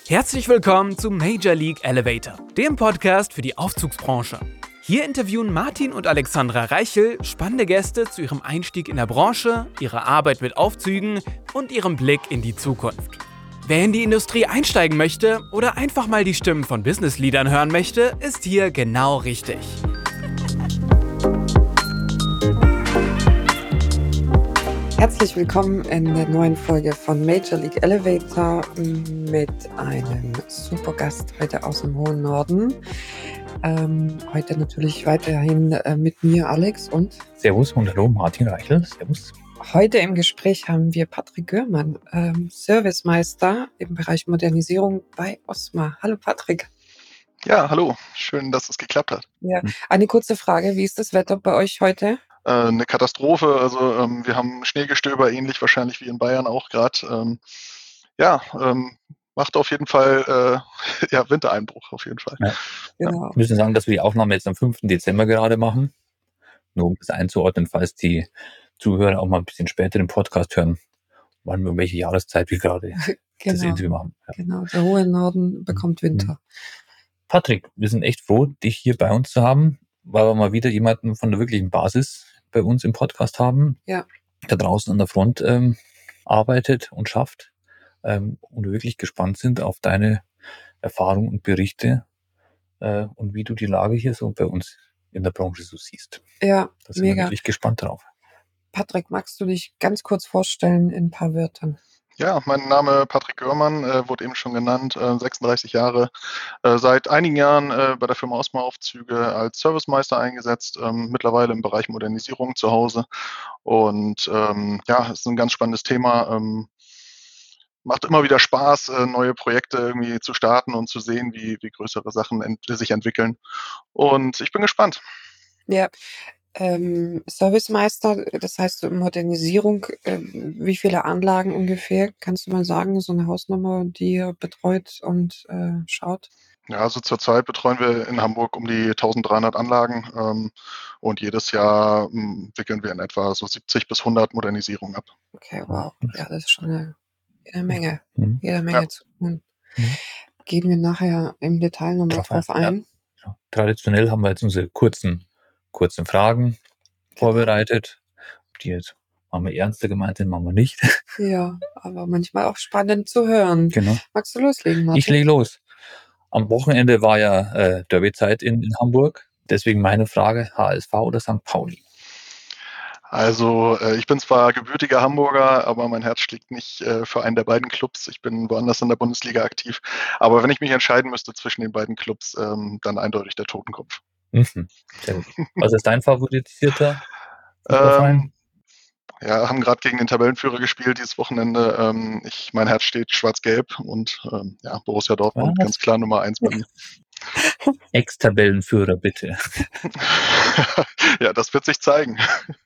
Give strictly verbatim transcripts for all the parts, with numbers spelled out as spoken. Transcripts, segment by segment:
Herzlich willkommen zu Major League Elevator, dem Podcast für die Aufzugsbranche. Hier interviewen Martin und Alexandra Reichel spannende Gäste zu ihrem Einstieg in der Branche, ihrer Arbeit mit Aufzügen und ihrem Blick in die Zukunft. Wer in die Industrie einsteigen möchte oder einfach mal die Stimmen von Business-Leadern hören möchte, ist hier genau richtig. Herzlich willkommen in der neuen Folge von Major League Elevator mit einem super Gast heute aus dem hohen Norden. Ähm, heute natürlich weiterhin äh, mit mir, Alex, und Servus und hallo, Martin Reichel. Servus. Heute im Gespräch haben wir Patrick Görmann, ähm, Servicemeister im Bereich Modernisierung bei Osma. Hallo Patrick. Ja, hallo. Schön, dass es geklappt hat. Ja, eine kurze Frage. Wie ist das Wetter bei euch heute? Äh, eine Katastrophe. Also ähm, wir haben Schneegestöber, ähnlich wahrscheinlich wie in Bayern auch gerade. Ähm, ja, ähm, macht auf jeden Fall äh, ja, Wintereinbruch auf jeden Fall. Ja. Genau. Wir müssen sagen, dass wir die Aufnahme jetzt am fünften Dezember gerade machen. Nur um das einzuordnen, falls die Zuhörer auch mal ein bisschen später den Podcast hören, wann wir welche Jahreszeit wir gerade Genau, das Interview machen. Ja. Genau, der hohe Norden bekommt Winter. Patrick, wir sind echt froh, dich hier bei uns zu haben, weil wir mal wieder jemanden von der wirklichen Basis bei uns im Podcast haben, Ja. der draußen an der Front ähm, arbeitet und schafft ähm, und wir wirklich gespannt sind auf deine Erfahrungen und Berichte äh, und wie du die Lage hier so bei uns in der Branche so siehst. Ja, Da sind wir mega. wirklich gespannt drauf. Patrick, magst du dich ganz kurz vorstellen in ein paar Wörtern? Ja, mein Name Patrick Görmann, äh, wurde eben schon genannt, äh, sechsunddreißig Jahre, äh, seit einigen Jahren äh, bei der Firma Osma Aufzüge als Servicemeister eingesetzt, ähm, mittlerweile im Bereich Modernisierung zu Hause. Und ähm, ja, es ist ein ganz spannendes Thema. Ähm, macht immer wieder Spaß, äh, neue Projekte irgendwie zu starten und zu sehen, wie, wie größere Sachen ent sich entwickeln. Und ich bin gespannt. Ja, ähm, Servicemeister, das heißt Modernisierung, äh, wie viele Anlagen ungefähr? Kannst du mal sagen, so eine Hausnummer, die ihr betreut und äh, schaut? Ja, also zurzeit betreuen wir in Hamburg um die eintausenddreihundert Anlagen ähm, und jedes Jahr ähm, wickeln wir in etwa so siebzig bis hundert Modernisierungen ab. Okay, wow. Ja, das ist schon eine, eine Menge, Mhm. jede Menge Ja. zu tun. Mhm. Gehen wir nachher im Detail nochmal Drauf drauf ein, ein. Ja. Traditionell haben wir jetzt unsere kurzen, kurzen Fragen vorbereitet. Die jetzt machen wir ernster gemeint sind, machen wir nicht. Ja, aber manchmal auch spannend zu hören. Genau. Magst du loslegen, Martin? Ich lege los. Am Wochenende war ja äh, Derbyzeit in, in Hamburg. Deswegen meine Frage, H S V oder Sankt Pauli? Also äh, ich bin zwar gebürtiger Hamburger, aber mein Herz schlägt nicht äh, für einen der beiden Clubs. Ich bin woanders in der Bundesliga aktiv. Aber wenn ich mich entscheiden müsste zwischen den beiden Clubs, ähm, dann eindeutig der Totenkopf. Mhm. Sehr gut. Was ist dein favorisierter Ähm, Fußballverein? ja, haben gerade gegen den Tabellenführer gespielt dieses Wochenende. Ähm, ich, mein Herz steht schwarz-gelb und ähm, ja, Borussia Dortmund Was? ganz klar Nummer eins bei mir. Ex-Tabellenführer, bitte. Ja, das wird sich zeigen.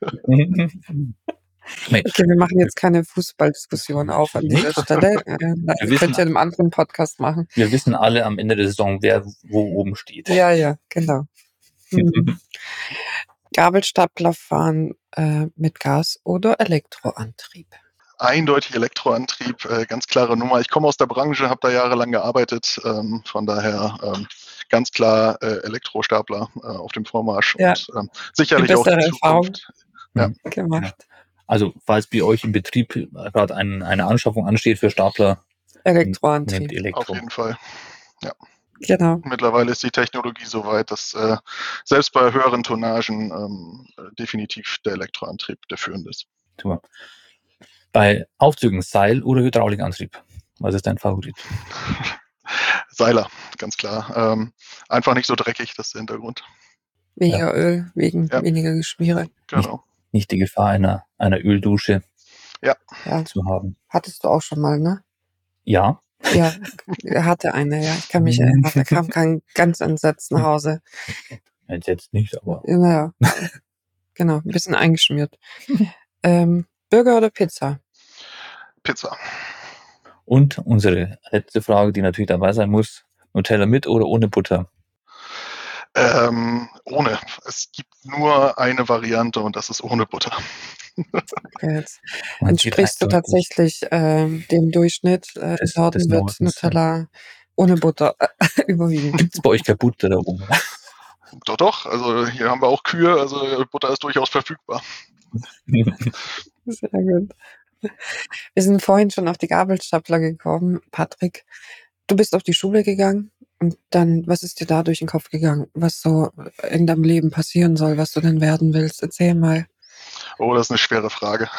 Mensch, Okay, wir machen jetzt keine Fußballdiskussion auf an dieser Stelle. Äh, das wissen- könnt ihr in einem anderen Podcast machen. wir wissen alle am Ende der Saison, wer wo oben steht. Ja, ja, genau. Mhm. Gabelstapler fahren äh, mit Gas- oder Elektroantrieb? Eindeutig Elektroantrieb, äh, ganz klare Nummer. Ich komme aus der Branche, habe da jahrelang gearbeitet, ähm, von daher ähm, ganz klar äh, Elektrostapler äh, auf dem Vormarsch Ja. und ähm, sicherlich auch die bessere Erfahrung. Zukunft. Ja. Gemacht. Also, falls bei euch im Betrieb gerade ein, eine Anschaffung ansteht für Stapler, Elektroantrieb. nehmt Elektro. Auf jeden Fall. Genau. Mittlerweile ist die Technologie so weit, dass äh, selbst bei höheren Tonnagen ähm, äh, definitiv der Elektroantrieb der führende ist. Super. Bei Aufzügen Seil- oder Hydraulikantrieb? Was ist dein Favorit? Seiler, ganz klar. Ähm, einfach nicht so dreckig, das ist der Hintergrund. Weniger Öl, wegen Ja. weniger Geschmiere. Genau. Nicht die Gefahr einer, einer Öldusche Ja, zu haben. hattest du auch schon mal, ne? Ja. Ja, er hatte eine, ja. Ich kann mich erinnern, da kam kein ganz entsetzt nach Hause. Jetzt, jetzt nicht, aber Ja, naja. Genau, ein bisschen eingeschmiert. Ähm, Burger oder Pizza? Pizza. Und unsere letzte Frage, die natürlich dabei sein muss, Nutella mit oder ohne Butter? Ähm, ohne. Es gibt nur eine Variante und das ist ohne Butter. Okay, jetzt Man sieht entsprichst du eindeutig tatsächlich ähm, dem Durchschnitt. Äh, Im des, des Norden wird Nordens. Ja. Nutella ohne Butter äh, überwiegend. Gibt es bei euch keine Butter da oben? Doch, doch. Also hier haben wir auch Kühe, also Butter ist durchaus verfügbar. Sehr gut. Wir sind vorhin schon auf die Gabelstapler gekommen. Patrick, du bist auf die Schule gegangen und dann, was ist dir da durch den Kopf gegangen, was so in deinem Leben passieren soll, was du denn werden willst? Erzähl mal. Oh, das ist eine schwere Frage.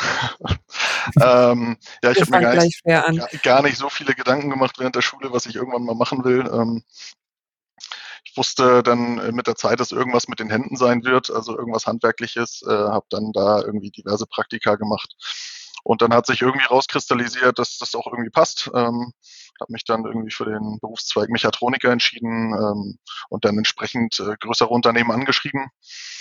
ähm, ja, ich Wir habe mir fangen gar gleich nicht, schwer an. gar, gar nicht so viele Gedanken gemacht während der Schule, was ich irgendwann mal machen will. Ähm, ich wusste dann äh, mit der Zeit, dass irgendwas mit den Händen sein wird, also irgendwas Handwerkliches, äh, habe dann da irgendwie diverse Praktika gemacht. Und dann hat sich irgendwie rauskristallisiert, dass das auch irgendwie passt. Ähm, habe mich dann irgendwie für den Berufszweig Mechatroniker entschieden ähm, und dann entsprechend äh, größere Unternehmen angeschrieben.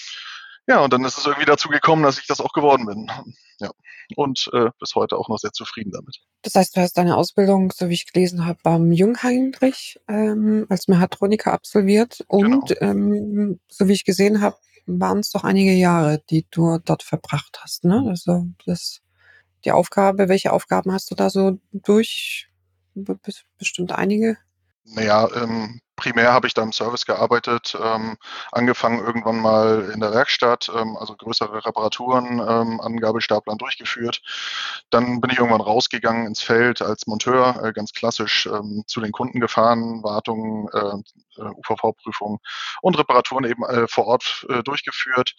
Ja, und dann ist es irgendwie dazu gekommen, dass ich das auch geworden bin. Ja. Und äh, bis heute auch noch sehr zufrieden damit. Das heißt, du hast deine Ausbildung, so wie ich gelesen habe, beim Jungheinrich ähm, als Mechatroniker absolviert Genau. und ähm, so wie ich gesehen habe, waren es doch einige Jahre, die du dort verbracht hast, ne? Also das die Aufgabe, welche Aufgaben hast du da so durch? Be- bes- Bestimmt einige. Naja, ähm, primär habe ich da im Service gearbeitet, ähm, angefangen irgendwann mal in der Werkstatt, ähm, also größere Reparaturen ähm, an Gabelstaplern durchgeführt. Dann bin ich irgendwann rausgegangen ins Feld als Monteur, äh, ganz klassisch ähm, zu den Kunden gefahren, Wartungen, äh, äh, U V V-Prüfungen und Reparaturen eben äh, vor Ort äh, durchgeführt.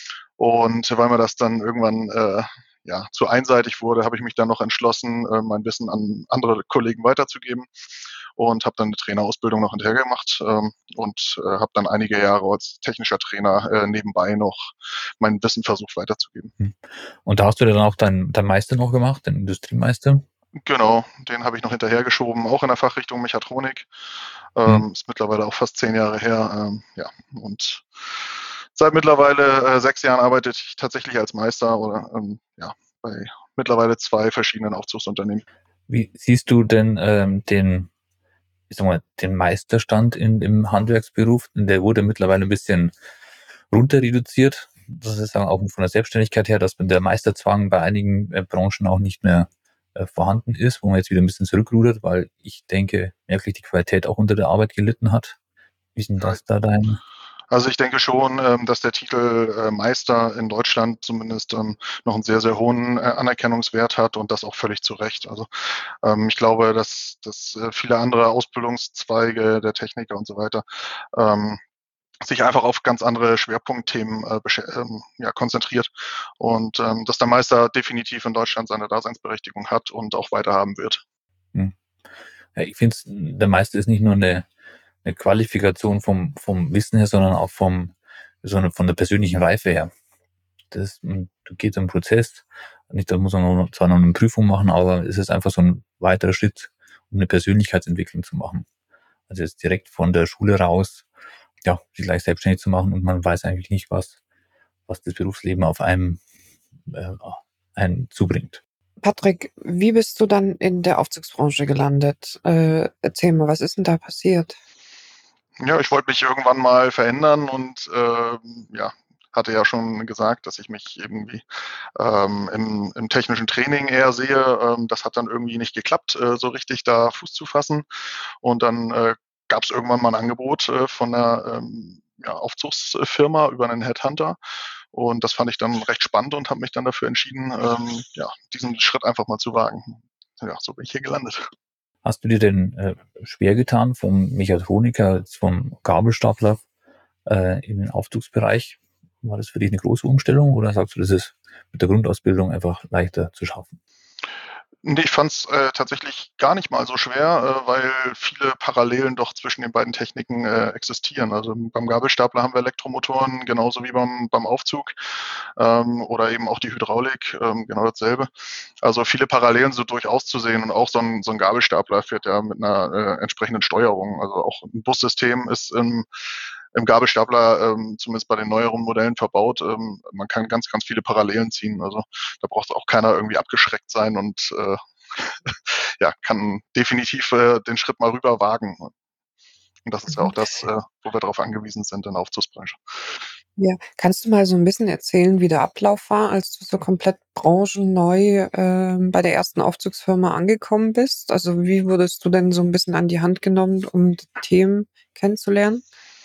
Und weil mir das dann irgendwann äh, ja, zu einseitig wurde, habe ich mich dann noch entschlossen, äh, mein Wissen an andere Kollegen weiterzugeben und habe dann eine Trainerausbildung noch hinterher gemacht ähm, und äh, habe dann einige Jahre als technischer Trainer äh, nebenbei noch mein Wissen versucht weiterzugeben. Und da hast du dann auch deinen dein Meister noch gemacht, den Industriemeister? Genau, den habe ich noch hinterhergeschoben, auch in der Fachrichtung Mechatronik. Ähm, Hm. Ist mittlerweile auch fast zehn Jahre her. Ähm, ja, und seit mittlerweile äh, sechs Jahren arbeite ich tatsächlich als Meister oder ähm, ja, bei mittlerweile zwei verschiedenen Aufzugsunternehmen. Wie siehst du denn ähm, den, ich sag mal, den Meisterstand in, im Handwerksberuf? Der wurde mittlerweile ein bisschen runter reduziert. Das ist auch von der Selbstständigkeit her, dass der Meisterzwang bei einigen äh, Branchen auch nicht mehr äh, vorhanden ist, wo man jetzt wieder ein bisschen zurückrudert, weil ich denke, merklich die Qualität auch unter der Arbeit gelitten hat. Wie ist denn das da dein? Also ich denke schon, ähm, dass der Titel äh, Meister in Deutschland zumindest ähm, noch einen sehr, sehr hohen äh, Anerkennungswert hat und das auch völlig zu Recht. Also ähm, ich glaube, dass, dass äh, viele andere Ausbildungszweige der Techniker und so weiter ähm, sich einfach auf ganz andere Schwerpunktthemen äh, ähm, ja, konzentriert und ähm, dass der Meister definitiv in Deutschland seine Daseinsberechtigung hat und auch weiter haben wird. Hm. Ja, ich finde, der Meister ist nicht nur eine, eine Qualifikation vom, vom Wissen her, sondern auch vom, sondern von der persönlichen Reife her. Das geht um Prozess. Nicht, da muss man noch, zwar noch eine Prüfung machen, aber es ist einfach so ein weiterer Schritt, um eine Persönlichkeitsentwicklung zu machen. Also jetzt direkt von der Schule raus, ja, sich gleich selbstständig zu machen und man weiß eigentlich nicht, was, was das Berufsleben auf einem, äh, einen zubringt. Patrick, wie bist du dann in der Aufzugsbranche gelandet? Äh, erzähl mal, was ist denn da passiert? Ja, ich wollte mich irgendwann mal verändern und äh, ja, hatte ja schon gesagt, dass ich mich irgendwie ähm, im, im technischen Training eher sehe. Ähm, das hat dann irgendwie nicht geklappt, äh, so richtig da Fuß zu fassen. Und dann äh, gab es irgendwann mal ein Angebot äh, von einer ähm, ja, Aufzugsfirma über einen Headhunter. Und das fand ich dann recht spannend und habe mich dann dafür entschieden, ähm, ja, diesen Schritt einfach mal zu wagen. Ja, so bin ich hier gelandet. Hast du dir denn äh, schwer getan, vom Mechatroniker, vom Gabelstapler äh, in den Aufzugsbereich? War das für dich eine große Umstellung oder sagst du, das ist mit der Grundausbildung einfach leichter zu schaffen? Nee, ich fand es äh, tatsächlich gar nicht mal so schwer, äh, weil viele Parallelen doch zwischen den beiden Techniken äh, existieren. Also beim Gabelstapler haben wir Elektromotoren, genauso wie beim, beim Aufzug ähm, oder eben auch die Hydraulik, ähm, genau dasselbe. Also viele Parallelen so durchaus zu sehen und auch so ein, so ein Gabelstapler fährt ja mit einer äh, entsprechenden Steuerung. Also auch ein Bussystem ist im im Gabelstapler, ähm, zumindest bei den neueren Modellen verbaut. Ähm, man kann ganz, ganz viele Parallelen ziehen. Also da braucht auch keiner irgendwie abgeschreckt sein und äh, ja, kann definitiv äh, den Schritt mal rüber wagen. Und das ist ja Mhm. auch das, äh, wo wir darauf angewiesen sind in der Aufzugsbranche. Ja. Kannst du mal so ein bisschen erzählen, wie der Ablauf war, als du so komplett branchenneu, ähm, bei der ersten Aufzugsfirma angekommen bist? Also, wie wurdest du denn so ein bisschen an die Hand genommen, um die Themen kennenzulernen?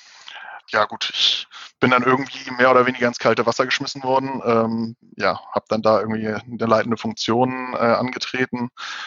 Ja gut, ich bin dann irgendwie mehr oder weniger ins kalte Wasser geschmissen worden. Ähm, ja, habe dann da irgendwie 'ne leitende Funktion, äh, angetreten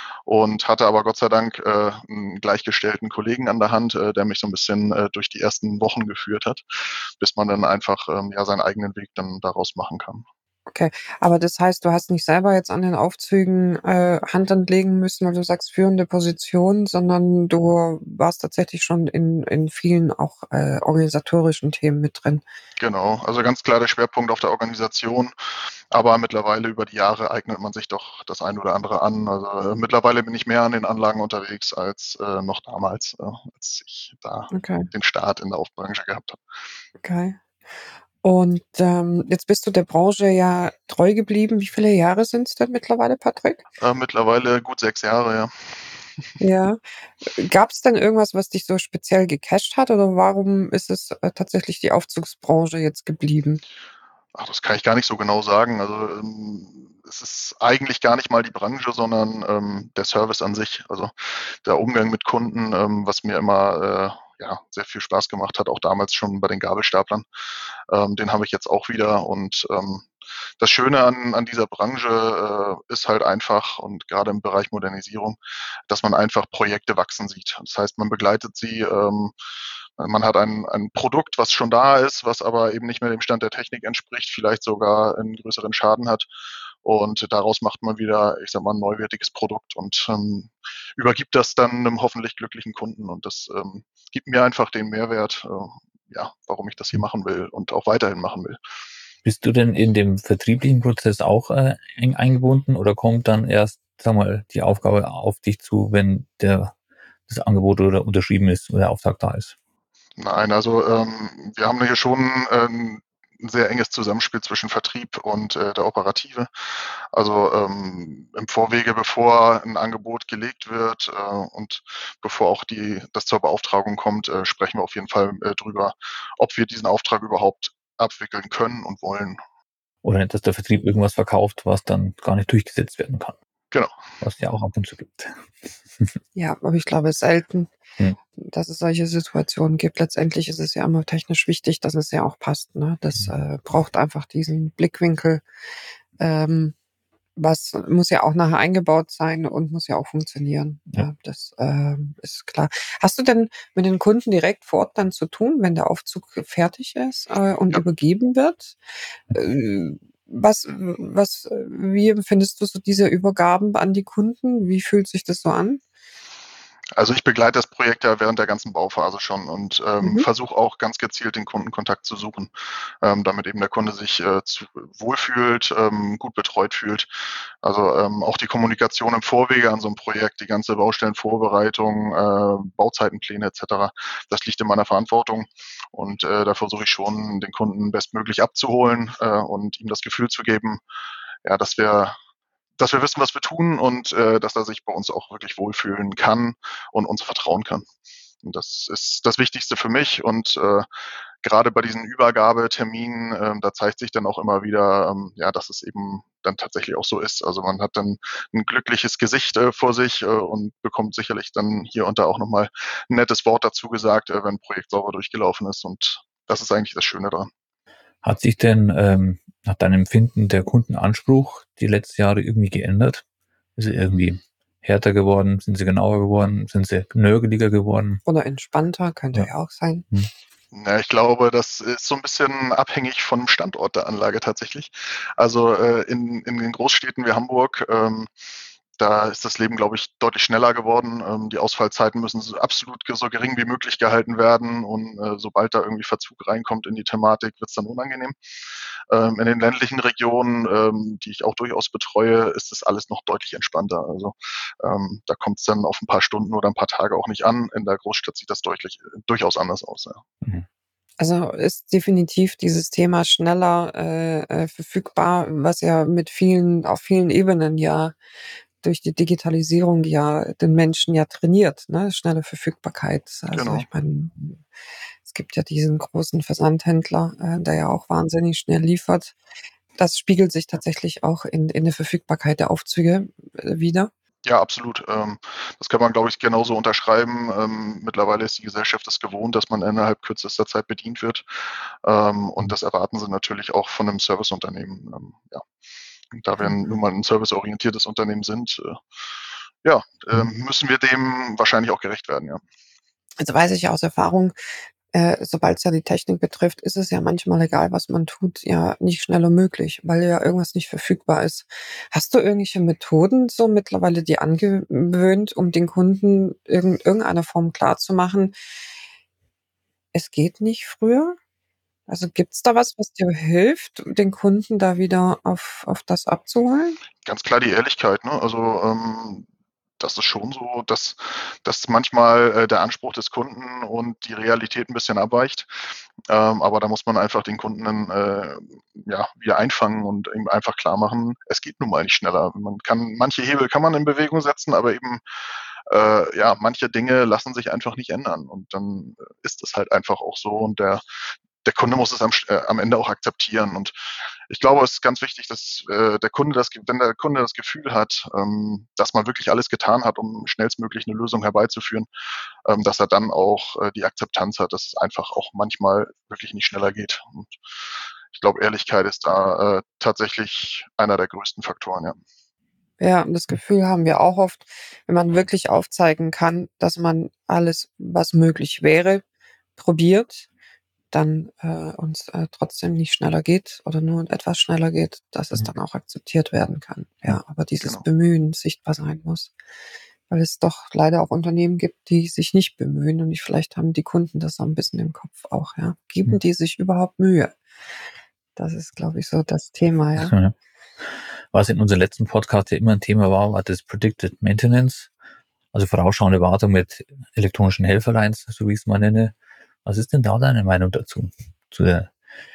und hatte aber Gott sei Dank, äh, 'n gleichgestellten Kollegen an der Hand, äh, der mich so 'n bisschen, äh, durch die ersten Wochen geführt hat, bis man dann einfach, ähm, ja, seinen eigenen Weg dann daraus machen kann. Okay, aber das heißt, du hast nicht selber jetzt an den Aufzügen, äh, Hand anlegen müssen, weil du sagst führende Position, sondern du warst tatsächlich schon in in vielen auch, äh, organisatorischen Themen mit drin? Genau, also ganz klar der Schwerpunkt auf der Organisation, aber mittlerweile über die Jahre eignet man sich doch das ein oder andere an. Also, äh, mittlerweile bin ich mehr an den Anlagen unterwegs als, äh, noch damals, äh, als ich da Okay, den Start in der Aufbranche gehabt habe. okay. Und, ähm, jetzt bist du der Branche ja treu geblieben. Wie viele Jahre sind's denn mittlerweile, Patrick? Äh, mittlerweile gut sechs Jahre, ja. Ja. Gab's denn irgendwas, was dich so speziell gecatcht hat oder warum ist es, äh, tatsächlich die Aufzugsbranche jetzt geblieben? Ach, das kann ich gar nicht so genau sagen. Also, ähm, es ist eigentlich gar nicht mal die Branche, sondern, ähm, der Service an sich. Also, der Umgang mit Kunden, ähm, was mir immer, äh, ja, sehr viel Spaß gemacht hat, auch damals schon bei den Gabelstaplern. Ähm, den habe ich jetzt auch wieder und, ähm, das Schöne an an dieser Branche, äh, ist halt einfach und grade im Bereich Modernisierung, dass man einfach Projekte wachsen sieht. Das heißt, man begleitet sie, ähm, man hat ein ein Produkt, was schon da ist, was aber eben nicht mehr dem Stand der Technik entspricht, vielleicht sogar 'n größeren Schaden hat. Und daraus macht man wieder, ich sage mal, 'n neuwertiges Produkt und, ähm, übergibt das dann 'nem hoffentlich glücklichen Kunden. Und das, ähm, gibt mir einfach den Mehrwert, äh, ja, warum ich das hier machen will und auch weiterhin machen will. Bist du denn in dem vertrieblichen Prozess auch, äh, eng eingebunden oder kommt dann erst, sage mal, die Aufgabe auf dich zu, wenn der das Angebot oder unterschrieben ist oder der Auftrag da ist? Nein, also, ähm, wir haben hier schon, ähm, 'n sehr enges Zusammenspiel zwischen Vertrieb und, äh, der Operative. Also, ähm, im Vorwege, bevor 'n Angebot gelegt wird, äh, und bevor auch die das zur Beauftragung kommt, äh, sprechen wir auf jeden Fall, äh, drüber, ob wir diesen Auftrag überhaupt abwickeln können und wollen. Oder dass der Vertrieb irgendwas verkauft, was dann gar nicht durchgesetzt werden kann, Genau. was ja auch ab und zu gibt. Ja, aber ich glaube selten, Mhm. dass es solche Situationen gibt. Letztendlich ist es ja immer technisch wichtig, dass es ja auch passt, ne? Das, Mhm. äh, braucht einfach diesen Blickwinkel. Ähm, was muss ja auch nachher eingebaut sein und muss ja auch funktionieren. Ja. Ja, das, ähm, ist klar. Hast du denn mit den Kunden direkt vor Ort dann zu tun, wenn der Aufzug fertig ist, äh, und Ja. übergeben wird? Äh, was was wie empfindest du so diese Übergaben an die Kunden? Wie fühlt sich das so an? Also, ich begleite das Projekt ja während der ganzen Bauphase schon und, ähm, Mhm. versuche auch ganz gezielt den Kundenkontakt zu suchen, ähm, damit eben der Kunde sich, äh, zu wohlfühlt, ähm, gut betreut fühlt. Also, ähm, auch die Kommunikation im Vorwege an so 'n Projekt, die ganze Baustellenvorbereitung, äh, Bauzeitenpläne et cetera, das liegt in meiner Verantwortung. Und, äh, da versuche ich schon, den Kunden bestmöglich abzuholen, äh, und ihm das Gefühl zu geben, ja, dass wir dass wir wissen, was wir tun und, äh, dass er sich bei uns auch wirklich wohlfühlen kann und uns vertrauen kann. Und das ist das Wichtigste für mich und, äh, grade bei diesen Übergabeterminen, ähm, da zeigt sich dann auch immer wieder, ähm, ja, dass es eben dann tatsächlich auch so ist. Also, man hat dann 'n glückliches Gesicht, äh, vor sich, äh, und bekommt sicherlich dann hier und da auch noch mal 'n nettes Wort dazu gesagt, äh, wenn 'n Projekt sauber durchgelaufen ist und das ist eigentlich das Schöne dran. Hat sich denn, ähm, nach deinem Empfinden der Kundenanspruch die letzten Jahre irgendwie geändert? Ist er irgendwie härter geworden? Sind sie genauer geworden? Sind sie nörgeliger geworden? Oder entspannter, könnte Ja. ja auch sein. Mhm. Ja, ich glaube, das ist so 'n bisschen abhängig vom Standort der Anlage tatsächlich. Also, äh, in in den Großstädten wie Hamburg, ähm, da ist das Leben, glaube ich, deutlich schneller geworden. Ähm, die Ausfallzeiten müssen so absolut ge so gering wie möglich gehalten werden und, äh, sobald da irgendwie Verzug reinkommt in die Thematik, wird's dann unangenehm. Ähm, in den ländlichen Regionen, ähm, die ich auch durchaus betreue, ist das alles noch deutlich entspannter. Also, ähm, da kommt's dann auf 'n paar Stunden oder 'n paar Tage auch nicht an. In der Großstadt sieht das deutlich äh, durchaus anders aus, ja. Mhm. Also, ist definitiv dieses Thema schneller, äh, äh, verfügbar, was ja mit vielen auf vielen Ebenen ja durch die Digitalisierung ja den Menschen ja trainiert, ne? Schnelle Verfügbarkeit. Also Genau. ich meine, es gibt ja diesen großen Versandhändler, äh, der ja auch wahnsinnig schnell liefert. Das spiegelt sich tatsächlich auch in, in der Verfügbarkeit der Aufzüge äh, wieder. Ja, absolut. Ähm, das kann man, glaube ich, genauso unterschreiben. Ähm, mittlerweile ist die Gesellschaft es gewohnt, dass man innerhalb kürzester Zeit bedient wird. Ähm, und das erwarten sie natürlich auch von einem Serviceunternehmen. Ähm, ja. Und da wir nun mal ein serviceorientiertes Unternehmen sind, äh, ja, ähm, müssen wir dem wahrscheinlich auch gerecht werden, ja. Also weiß ich aus Erfahrung, äh, sobald es ja die Technik betrifft, ist es ja manchmal egal, was man tut, ja nicht schneller möglich, weil ja irgendwas nicht verfügbar ist. Hast du irgendwelche Methoden so mittlerweile dir angewöhnt, um den Kunden in irgendeiner Form klarzumachen, es geht nicht früher? Also gibt's da was, was dir hilft, den Kunden da wieder auf auf das abzuholen? Ganz klar die Ehrlichkeit, ne? Also, ähm, das ist schon so, dass dass manchmal, äh, der Anspruch des Kunden und die Realität 'n bisschen abweicht. Ähm, aber da muss man einfach den Kunden dann, äh, ja, wieder einfangen und ihm einfach klarmachen, es geht nun mal nicht schneller. Man kann manche Hebel kann man in Bewegung setzen, aber eben, äh, ja, manche Dinge lassen sich einfach nicht ändern. Und dann äh, ist es halt einfach auch so und der der Kunde muss es am sch äh, am Ende auch akzeptieren. Und ich glaube, es ist ganz wichtig, dass, äh, der Kunde das Ge wenn der Kunde das Gefühl hat, ähm, dass man wirklich alles getan hat, um schnellstmöglich 'ne Lösung herbeizuführen, ähm, dass er dann auch, äh, die Akzeptanz hat, dass es einfach auch manchmal wirklich nicht schneller geht. Und ich glaube, Ehrlichkeit ist da, äh, tatsächlich einer der größten Faktoren, ja. Ja, und das Gefühl haben wir auch oft, wenn man wirklich aufzeigen kann, dass man alles, was möglich wäre, probiert, dann, äh, uns äh, trotzdem nicht schneller geht oder nur etwas schneller geht, dass es dann auch akzeptiert werden kann. Ja, aber dieses Genau. Bemühen sichtbar sein muss, weil es doch leider auch Unternehmen gibt, die sich nicht bemühen und die vielleicht haben die Kunden das so 'n bisschen im Kopf auch, ja. Geben die sich überhaupt Mühe? Das ist, glaube ich, so das Thema, ja. Ja. Was in unserem letzten Podcast ja immer ein Thema war, war das Predicted Maintenance, also vorausschauende Wartung mit elektronischen Helferleins, so wie ich es mal nenne. Was ist denn da deine Meinung dazu? Zu der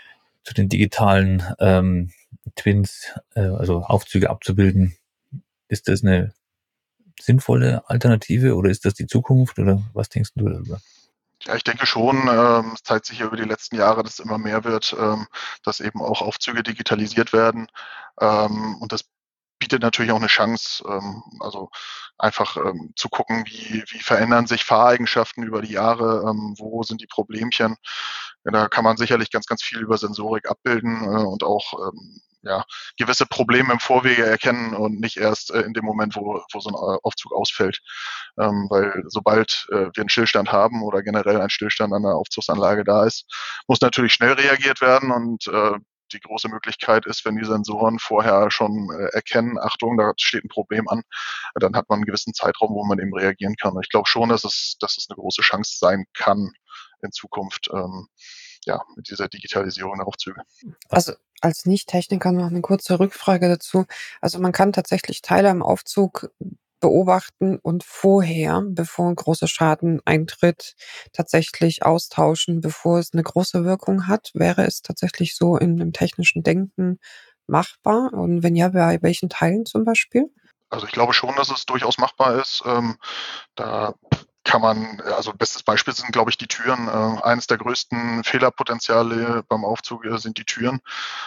zu den digitalen ähm, Twins, äh, also Aufzüge abzubilden? Ist das eine sinnvolle Alternative oder ist das die Zukunft oder was denkst du darüber? Ja, ich denke schon, ähm, es zeigt sich ja über die letzten Jahre, dass es immer mehr wird, ähm, dass eben auch Aufzüge digitalisiert werden. Ähm, und das bietet natürlich auch eine Chance, ähm, also einfach, ähm, zu gucken, wie wie verändern sich Fahreigenschaften über die Jahre, ähm, wo sind die Problemchen? Ja, da kann man sicherlich ganz, ganz viel über Sensorik abbilden, äh, und auch, ähm, ja, gewisse Probleme im Vorwege erkennen und nicht erst, äh, in dem Moment, wo wo so 'n, äh, Aufzug ausfällt. Ähm, weil sobald, äh, wir 'n Stillstand haben oder generell ein Stillstand an der Aufzugsanlage da ist, muss natürlich schnell reagiert werden und, äh, die große Möglichkeit ist, wenn die Sensoren vorher schon, äh, erkennen: „Achtung, da steht 'n Problem an“, dann hat man 'n gewissen Zeitraum, wo man eben reagieren kann. Und ich glaube schon, dass es dass es 'ne große Chance sein kann in Zukunft, ähm, ja, mit dieser Digitalisierung der Aufzüge. Also, als Nicht-Techniker noch 'ne kurze Rückfrage dazu. Also, man kann tatsächlich Teile im Aufzug beobachten und vorher, bevor 'n großer Schaden eintritt, tatsächlich austauschen, bevor es 'ne große Wirkung hat. Wäre es tatsächlich so in dem technischen Denken machbar? Und wenn ja, bei welchen Teilen zum Beispiel? Also, ich glaube schon, dass es durchaus machbar ist. Ähm, da kann man äh, also bestes Beispiel sind, glaube ich, die Türen. Äh, eines der größten Fehlerpotenziale beim Aufzug, äh, sind die Türen.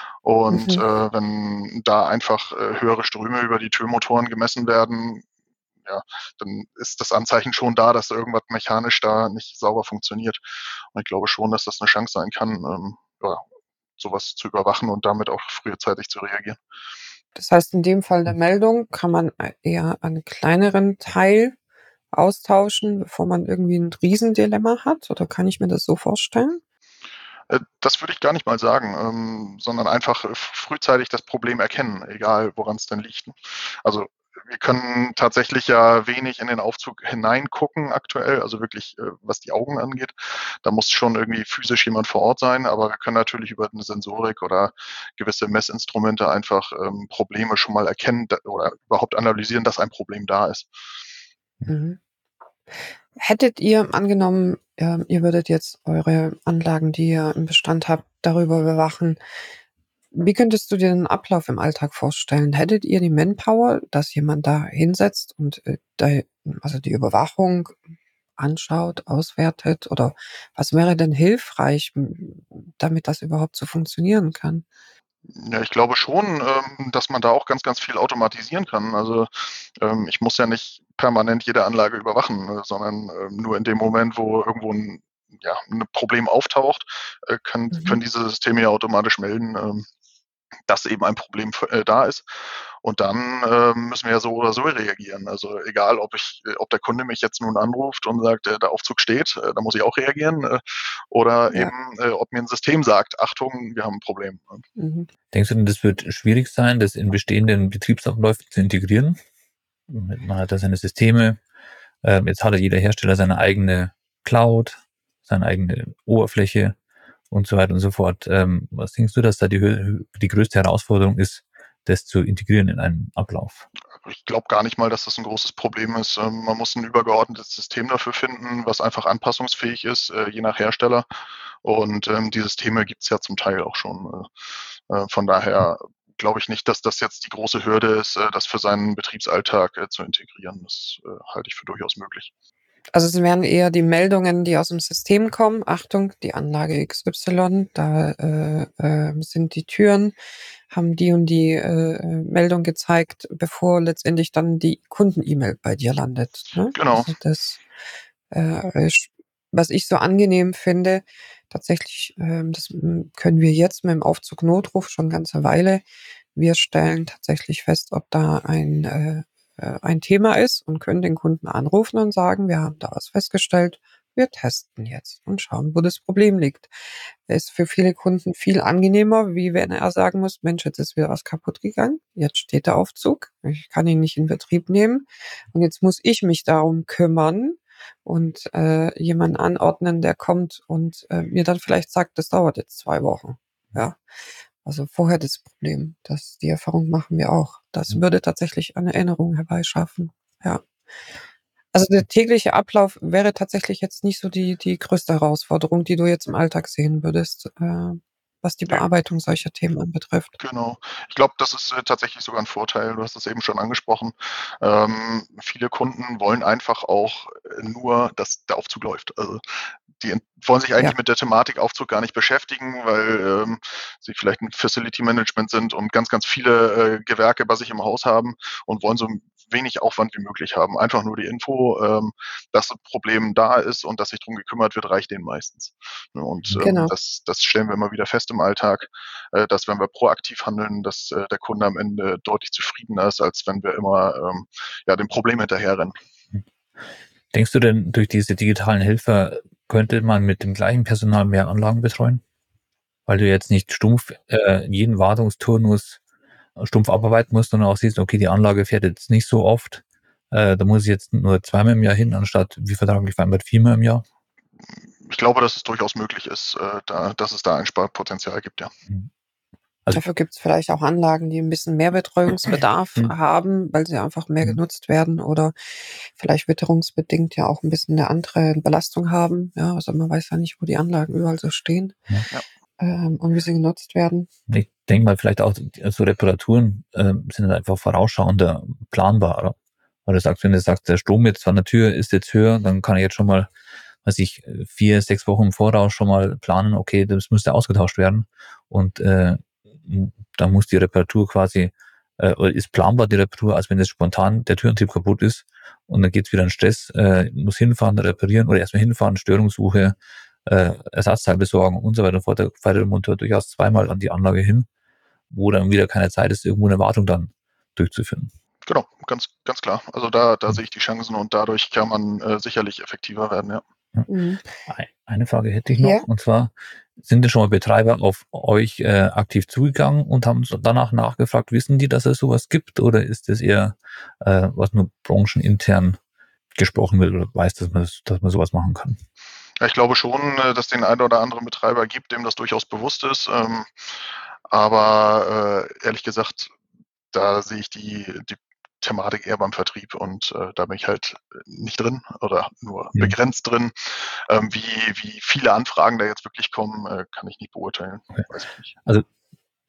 Und, Mhm. äh, wenn da einfach, äh, höhere Ströme über die Türmotoren gemessen werden, ja, dann ist das Anzeichen schon da, dass irgendwas mechanisch da nicht sauber funktioniert. Und ich glaube schon, dass das 'ne Chance sein kann, ähm, ja, so was zu überwachen und damit auch frühzeitig zu reagieren. Das heißt, in dem Fall der Meldung kann man ei eher einen kleineren Teil austauschen, bevor man irgendwie 'n Riesendilemma hat, oder kann ich mir das so vorstellen? Äh, das würde ich gar nicht mal sagen, ähm, sondern einfach, äh, f frühzeitig das Problem erkennen, egal woran's denn liegt. Also, wir können tatsächlich ja wenig in den Aufzug hineingucken aktuell, also wirklich, äh, was die Augen angeht. Da muss schon irgendwie physisch jemand vor Ort sein, aber wir können natürlich über 'ne Sensorik oder gewisse Messinstrumente einfach, ähm, Probleme schon mal erkennen d oder überhaupt analysieren, dass ein Problem da ist. Mhm. Hättet ihr angenommen, ähm, ihr würdet jetzt eure Anlagen, die ihr im Bestand habt, darüber überwachen Wie könntest du dir den Ablauf im Alltag vorstellen? Hättet ihr die Manpower, dass jemand da hinsetzt und äh, da, also die Überwachung anschaut, auswertet? Oder was wäre denn hilfreich, m- damit das überhaupt so funktionieren kann? Ja, ich glaube schon, ähm, dass man da auch ganz, ganz viel automatisieren kann. Also ähm, ich muss ja nicht permanent jede Anlage überwachen, äh, sondern ähm, nur in dem Moment, wo irgendwo ein, ja, ein Problem auftaucht, äh, können, Mhm. können diese Systeme ja automatisch melden, ähm, dass eben ein Problem äh, da ist. Und dann ähm, müssen wir ja so oder so reagieren. Also egal, ob ich, äh, ob der Kunde mich jetzt nun anruft und sagt, äh, der Aufzug steht, äh, da muss ich auch reagieren. Äh, oder Ja. eben, äh, ob mir ein System sagt, Achtung, wir haben ein Problem. Mhm. Denkst du denn, das wird schwierig sein, das in bestehenden Betriebsabläufen zu integrieren? Man hat da seine Systeme. Ähm, jetzt hat ja jeder Hersteller seine eigene Cloud, seine eigene Oberfläche und so weiter und so fort. Ähm, was denkst du, dass da die, Hö- die größte Herausforderung ist, das zu integrieren in einen Ablauf? Ich glaube gar nicht mal, dass das ein großes Problem ist. Ähm, man muss ein übergeordnetes System dafür finden, was einfach anpassungsfähig ist, äh, je nach Hersteller. Und ähm, die Systeme gibt es ja zum Teil auch schon. Äh, äh, von daher glaube ich nicht, dass das jetzt die große Hürde ist, äh, das für seinen Betriebsalltag äh, zu integrieren. Das äh, halte ich für durchaus möglich. Also es wären eher die Meldungen, die aus dem System kommen. Achtung, die Anlage X Y, da äh, äh, sind die Türen, haben die und die äh, äh, Meldung gezeigt, bevor letztendlich dann die Kunden-E-Mail bei dir landet. Ne? Genau. Also das, äh, sch- was ich so angenehm finde, tatsächlich, ähm, das m, können wir jetzt mit dem Aufzug Notruf schon eine ganze Weile. Wir stellen tatsächlich fest, ob da ein äh, äh, ein Thema ist und können den Kunden anrufen und sagen, wir haben da was festgestellt, wir testen jetzt und schauen, wo das Problem liegt. Ist für viele Kunden viel angenehmer, wie wenn er sagen muss, Mensch, jetzt ist wieder was kaputt gegangen, jetzt steht der Aufzug, ich kann ihn nicht in Betrieb nehmen und jetzt muss ich mich darum kümmern und äh, jemanden anordnen, der kommt und äh, mir dann vielleicht sagt, das dauert jetzt zwei Wochen. Ja, also vorher das Problem, das die Erfahrung machen wir auch. Das würde tatsächlich eine Erinnerung herbeischaffen. Ja. Also der tägliche Ablauf wäre tatsächlich jetzt nicht so die die größte Herausforderung, die du jetzt im Alltag sehen würdest, äh, was die Nee. Bearbeitung solcher Themen anbetrifft. Genau. Ich glaube, das ist äh, tatsächlich sogar ein Vorteil. Du hast es eben schon angesprochen. Ähm, viele Kunden wollen einfach auch äh, nur, dass der Aufzug läuft. Also die ent- wollen sich eigentlich Ja, mit der Thematik Aufzug gar nicht beschäftigen, weil ähm, sie vielleicht ein Facility Management sind und ganz, ganz viele äh, Gewerke bei sich im Haus haben und wollen so wenig Aufwand wie möglich haben. Einfach nur die Info, ähm, dass ein Problem da ist und dass sich darum gekümmert wird, reicht denen meistens. Ne, Und Mhm. ähm, genau. das, das stellen wir immer wieder fest im Alltag, äh, dass wenn wir proaktiv handeln, dass äh, der Kunde am Ende deutlich zufriedener ist, als wenn wir immer ähm, ja, dem Problem hinterherrennen. Denkst du denn, durch diese digitalen Helfer könnte man mit dem gleichen Personal mehr Anlagen betreuen? Weil du jetzt nicht stumpf äh, jeden Wartungsturnus äh, stumpf abarbeiten musst, sondern auch siehst, okay, die Anlage fährt jetzt nicht so oft, äh, da muss ich jetzt nur zweimal im Jahr hin, anstatt wie vertraglich vereinbart viermal im Jahr. Ich glaube, dass es durchaus möglich ist, äh, da, dass es da Einsparpotenzial gibt, ja. Mhm. Also, Dafür gibt es vielleicht auch Anlagen, die ein bisschen mehr Betreuungsbedarf Mhm. haben, weil sie einfach mehr Mhm. genutzt werden oder vielleicht witterungsbedingt ja auch ein bisschen eine andere Belastung haben. Ja, also man weiß ja nicht, wo die Anlagen überall so stehen, Ja. Ja. ähm, und wie sie genutzt werden. Ich denke mal, vielleicht auch so Reparaturen äh, sind halt einfach vorausschauender, planbarer. Weil du sagst, wenn du sagst, der Strom jetzt an der Tür ist jetzt höher, dann kann ich jetzt schon mal, weiß ich, vier, sechs Wochen im Voraus schon mal planen, okay, das müsste ausgetauscht werden. Und äh, da muss die Reparatur quasi, äh, oder ist planbar die Reparatur, als wenn jetzt spontan der Türentrieb kaputt ist und dann geht's wieder in Stress, äh, muss hinfahren, reparieren oder erstmal hinfahren, Störungssuche, äh, Ersatzteil besorgen und so weiter und fort. Da fährt der Monteur durchaus zweimal an die Anlage hin, wo dann wieder keine Zeit ist, irgendwo eine Wartung dann durchzuführen. Genau, ganz, ganz klar. Also da, da Mhm. sehe ich die Chancen und dadurch kann man äh, sicherlich effektiver werden, ja. Ja. Mhm. Eine Frage hätte ich Ja. noch, und zwar, sind denn schon mal Betreiber auf euch äh, aktiv zugegangen und haben so danach nachgefragt, wissen die, dass es sowas gibt, oder ist es eher, äh, was nur branchenintern gesprochen wird oder weiß, dass man, dass man sowas machen kann? Ja, ich glaube schon, äh, dass den einen oder anderen Betreiber gibt, dem das durchaus bewusst ist. Ähm, aber äh, ehrlich gesagt, da sehe ich die, die Thematik eher beim Vertrieb und äh, da bin ich halt nicht drin oder nur Mhm. begrenzt drin. Ähm, wie, wie viele Anfragen da jetzt wirklich kommen, äh, kann ich nicht beurteilen. Okay. Weiß ich nicht. Also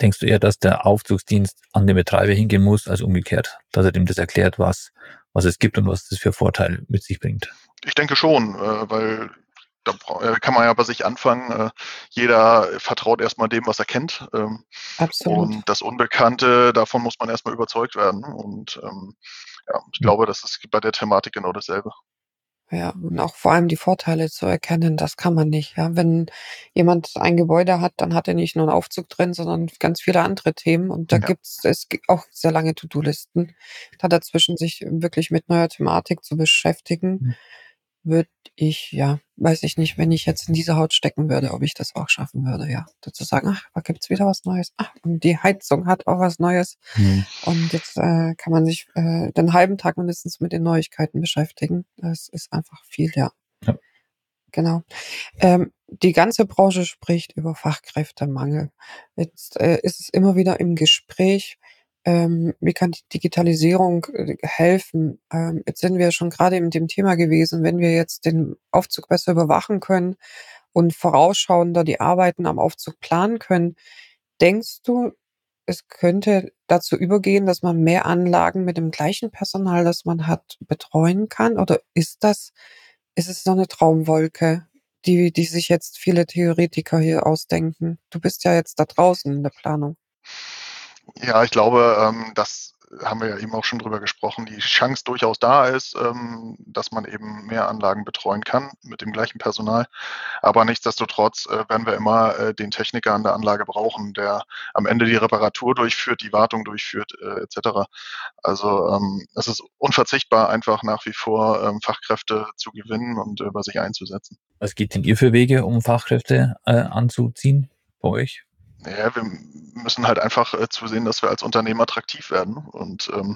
denkst du eher, dass der Aufzugsdienst an den Betreiber hingehen muss, als umgekehrt, dass er dem das erklärt, was, was es gibt und was das für Vorteile mit sich bringt? Ich denke schon, äh, weil da bra- äh, kann man ja bei sich anfangen. Äh, jeder vertraut erstmal dem, was er kennt. Ähm, Absolut. und das Unbekannte, davon muss man erstmal überzeugt werden. Und ähm, ja, ich Hm. glaube, das ist bei der Thematik genau dasselbe. Ja, und auch vor allem die Vorteile zu erkennen, das kann man nicht. Ja, wenn jemand ein Gebäude hat, dann hat er nicht nur einen Aufzug drin, sondern ganz viele andere Themen. Und da Ja. gibt's es gibt auch sehr lange To-Do-Listen. Da dazwischen sich wirklich mit neuer Thematik zu beschäftigen, Hm. würde ich, ja, weiß ich nicht, wenn ich jetzt in diese Haut stecken würde, ob ich das auch schaffen würde, ja. Dazu sagen, ach, da gibt's wieder was Neues. Ach, und die Heizung hat auch was Neues. Hm. Und jetzt äh, kann man sich äh, den halben Tag mindestens mit den Neuigkeiten beschäftigen. Das ist einfach viel, ja. Ja. Genau. Ähm, die ganze Branche spricht über Fachkräftemangel. Jetzt äh, ist es immer wieder im Gespräch, ähm, wie kann die Digitalisierung äh, helfen? Ähm, jetzt sind wir schon gerade in dem Thema gewesen, wenn wir jetzt den Aufzug besser überwachen können und vorausschauender die Arbeiten am Aufzug planen können. Denkst du, es könnte dazu übergehen, dass man mehr Anlagen mit dem gleichen Personal, das man hat, betreuen kann? Oder ist das, ist es so eine Traumwolke, die, die sich jetzt viele Theoretiker hier ausdenken? Du bist ja jetzt da draußen in der Planung. Ja, ich glaube, ähm, das haben wir ja eben auch schon drüber gesprochen, die Chance durchaus da ist, ähm, dass man eben mehr Anlagen betreuen kann mit dem gleichen Personal. Aber nichtsdestotrotz äh, werden wir immer äh, den Techniker an der Anlage brauchen, der am Ende die Reparatur durchführt, die Wartung durchführt, äh, et cetera. Also ähm, es ist unverzichtbar, einfach nach wie vor ähm, Fachkräfte zu gewinnen und äh, bei sich einzusetzen. Was geht denn ihr für Wege, um Fachkräfte äh, anzuziehen bei euch? Ja, wir müssen halt einfach äh, zusehen, dass wir als Unternehmen attraktiv werden. Und ähm,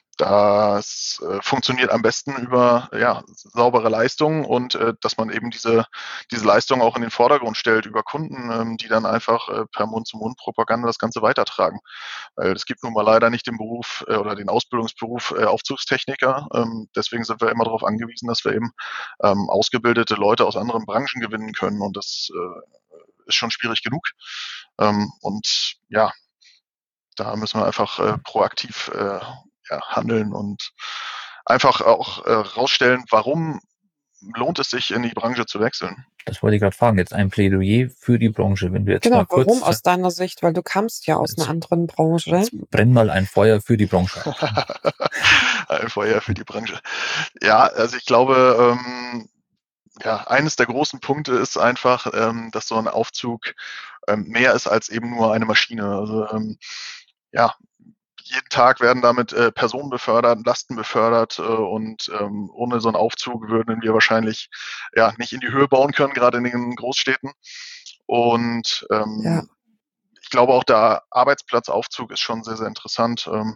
das äh, funktioniert am besten über ja, saubere Leistungen und äh, dass man eben diese, diese Leistung auch in den Vordergrund stellt über Kunden, ähm, die dann einfach äh, per Mund-zu-Mund-Propaganda das Ganze weitertragen. Weil es gibt nun mal leider nicht den Beruf äh, oder den Ausbildungsberuf äh, Aufzugstechniker. Ähm, deswegen sind wir immer darauf angewiesen, dass wir eben ähm, ausgebildete Leute aus anderen Branchen gewinnen können. Und das äh, ist schon schwierig genug. Ähm, und ja, da müssen wir einfach äh, proaktiv äh, ja, handeln und einfach auch äh, rausstellen, warum lohnt es sich, in die Branche zu wechseln. Das wollte ich gerade fragen. Jetzt ein Plädoyer für die Branche. Wenn du jetzt Genau, mal kurz, warum aus deiner Sicht? Weil du kamst ja aus Jetzt- einer anderen Branche. jetzt brenn mal ein Feuer für die Branche auf. Ein Feuer für die Branche. Ja, also ich glaube, ähm, ja, eines der großen Punkte ist einfach, ähm, dass so ein Aufzug ähm, mehr ist als eben nur eine Maschine. Also ähm, ja, jeden Tag werden damit äh, Personen befördert, Lasten befördert äh, und ähm, ohne so einen Aufzug würden wir wahrscheinlich ja nicht in die Höhe bauen können, gerade in den Großstädten. Und ähm, Ja. ich glaube auch der Arbeitsplatzaufzug ist schon sehr, sehr interessant. Ähm,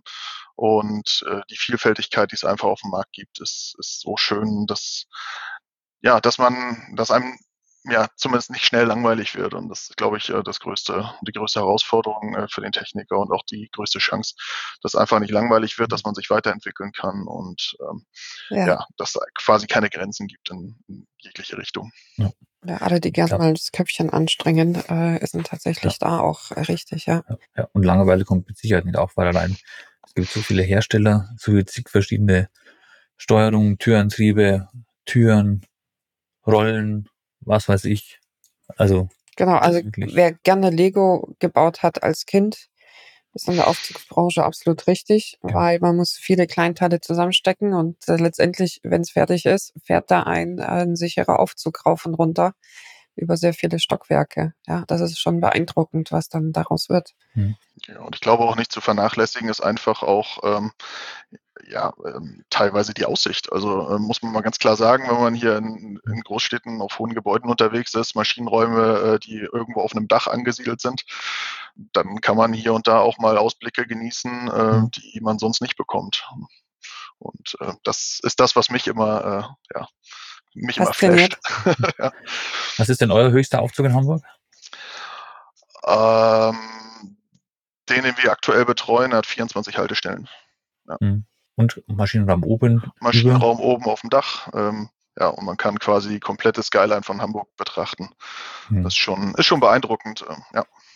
und äh, die Vielfältigkeit, die es einfach auf dem Markt gibt, ist, ist so schön, dass ja, dass man, dass einem ja zumindest nicht schnell langweilig wird. Und das ist, glaube ich, äh, das größte, die größte Herausforderung äh, für den Techniker und auch die größte Chance, dass einfach nicht langweilig wird, dass man sich weiterentwickeln kann und ähm, Ja. ja, dass es quasi keine Grenzen gibt in, in jegliche Richtung. Ja, alle, die gerne Klar. mal das Köpfchen anstrengen, äh, sind tatsächlich da auch äh, richtig, ja. Ja, ja. Und Langeweile kommt mit Sicherheit nicht auf, weil allein es gibt so viele Hersteller, so viele zig verschiedene Steuerungen, Türantriebe, Türen, Rollen, was weiß ich. Also Genau, das also ist wirklich, wer gerne Lego gebaut hat als Kind, ist in der Aufzugsbranche absolut richtig, Ja. weil man muss viele Kleinteile zusammenstecken und äh, letztendlich, wenn es fertig ist, fährt da ein, ein sicherer Aufzug rauf und runter über sehr viele Stockwerke. Ja, das ist schon beeindruckend, was dann daraus wird. hm, Ja, und ich glaube auch nicht zu vernachlässigen ist einfach auch ähm, ja, ähm, teilweise die Aussicht. Also ähm, muss man mal ganz klar sagen, wenn man hier in, in Großstädten auf hohen Gebäuden unterwegs ist, Maschinenräume, äh, die irgendwo auf einem Dach angesiedelt sind, dann kann man hier und da auch mal Ausblicke genießen, äh, Hm. die man sonst nicht bekommt. Und äh, das ist das, was mich immer, äh, ja, mich immer flasht. Fasziniert. ja. Was ist denn euer höchster Aufzug in Hamburg? ähm, den, den wir aktuell betreuen, hat vierundzwanzig Haltestellen. Hm. Und Maschinenraum oben über? Maschinenraum oben auf dem Dach. Ähm, ja, und man kann quasi die komplette Skyline von Hamburg betrachten. Hm. Das ist schon, ist schon beeindruckend. ähm, Ja.